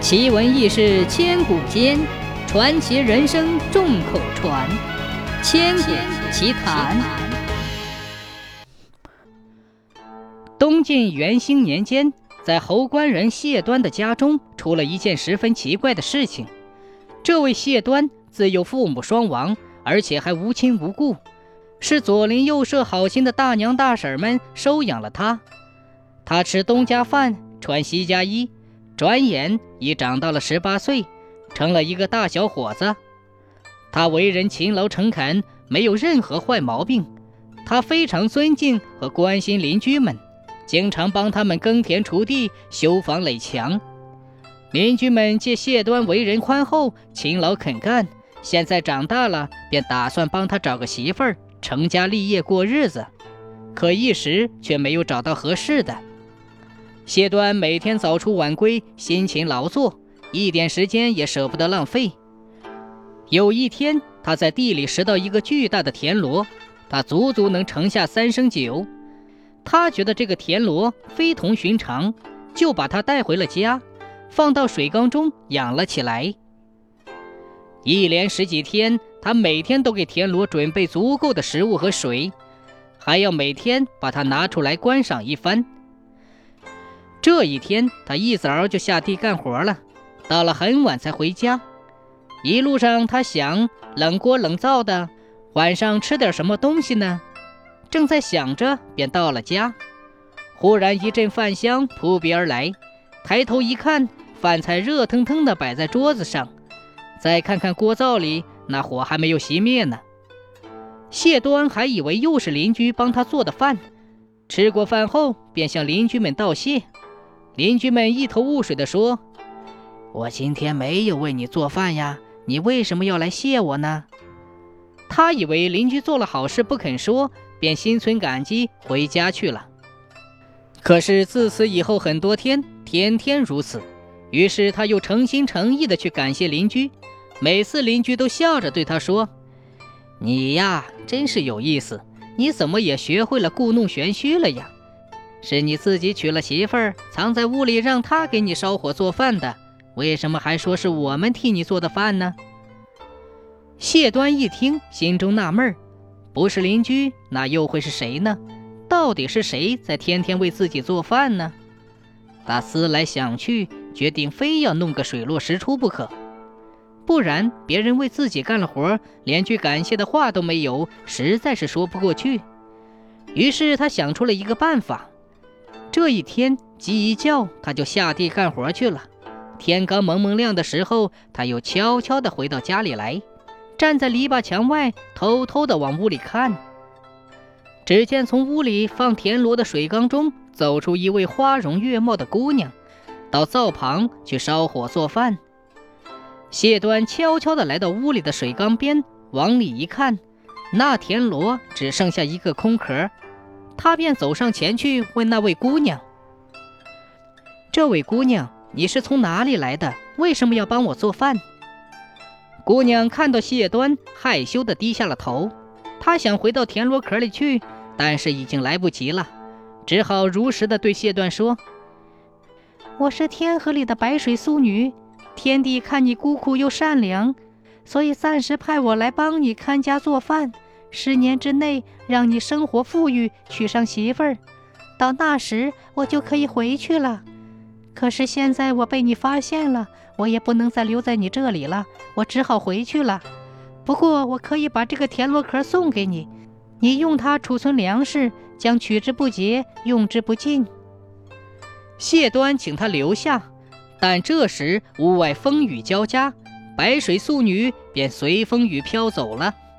奇闻异事千古间，传奇人生众口传。千古奇谈。东晋元兴年间，在侯官人谢端的家中出了一件十分奇怪的事情。这位谢端自幼父母双亡，而且还无亲无故，是左邻右舍好心的大娘大婶们收养了他。他吃东家饭，穿西家衣，转眼已长到了18岁，成了一个大小伙子。他为人勤劳诚恳，没有任何坏毛病。他非常尊敬和关心邻居们，经常帮他们耕田锄地，修房垒墙。邻居们见谢端为人宽厚，勤劳肯干，现在长大了，便打算帮他找个媳妇儿，成家立业过日子。可一时却没有找到合适的。谢端每天早出晚归，辛勤劳作，一点时间也舍不得浪费。有一天，他在地里拾到一个巨大的田螺，他足足能盛下3升酒。他觉得这个田螺非同寻常，就把它带回了家，放到水缸中养了起来。一连10几天，他每天都给田螺准备足够的食物和水，还要每天把它拿出来观赏一番。这一天，他一早就下地干活了，到了很晚才回家。一路上他想，冷锅冷灶的，晚上吃点什么东西呢？正在想着，便到了家。忽然一阵饭香扑鼻而来，抬头一看，饭菜热腾腾的摆在桌子上，再看看锅灶里，那火还没有熄灭呢。谢端还以为又是邻居帮他做的饭，吃过饭后便向邻居们道谢。邻居们一头雾水地说：“我今天没有为你做饭呀，你为什么要来谢我呢？”他以为邻居做了好事不肯说，便心存感激回家去了。可是自此以后很多天，天天如此。于是他又诚心诚意地去感谢邻居，每次邻居都笑着对他说：“你呀，真是有意思，你怎么也学会了故弄玄虚了呀？是你自己娶了媳妇儿，藏在屋里让她给你烧火做饭的，为什么还说是我们替你做的饭呢？”谢端一听，心中纳闷，不是邻居，那又会是谁呢？到底是谁在天天为自己做饭呢？他思来想去，决定非要弄个水落石出不可，不然别人为自己干了活，连句感谢的话都没有，实在是说不过去。于是他想出了一个办法。这一天鸡一叫，他就下地干活去了。天刚蒙蒙亮的时候，他又悄悄地回到家里来，站在篱笆墙外，偷偷地往屋里看。只见从屋里放田螺的水缸中走出一位花容月貌的姑娘，到灶旁去烧火做饭。谢端悄悄地来到屋里的水缸边，往里一看，那田螺只剩下一个空壳。他便走上前去问那位姑娘：“这位姑娘，你是从哪里来的？为什么要帮我做饭？”姑娘看到谢端，害羞地低下了头。她想回到田螺壳里去，但是已经来不及了，只好如实地对谢端说：“我是天河里的白水素女，天帝看你孤苦又善良，所以暂时派我来帮你看家做饭，10年之内让你生活富裕，娶上媳妇儿，到那时我就可以回去了。可是现在我被你发现了，我也不能再留在你这里了，我只好回去了。不过我可以把这个田螺壳送给你，你用它储存粮食，将取之不竭，用之不尽。”谢端请他留下，但这时屋外风雨交加，白水素女便随风雨飘走了。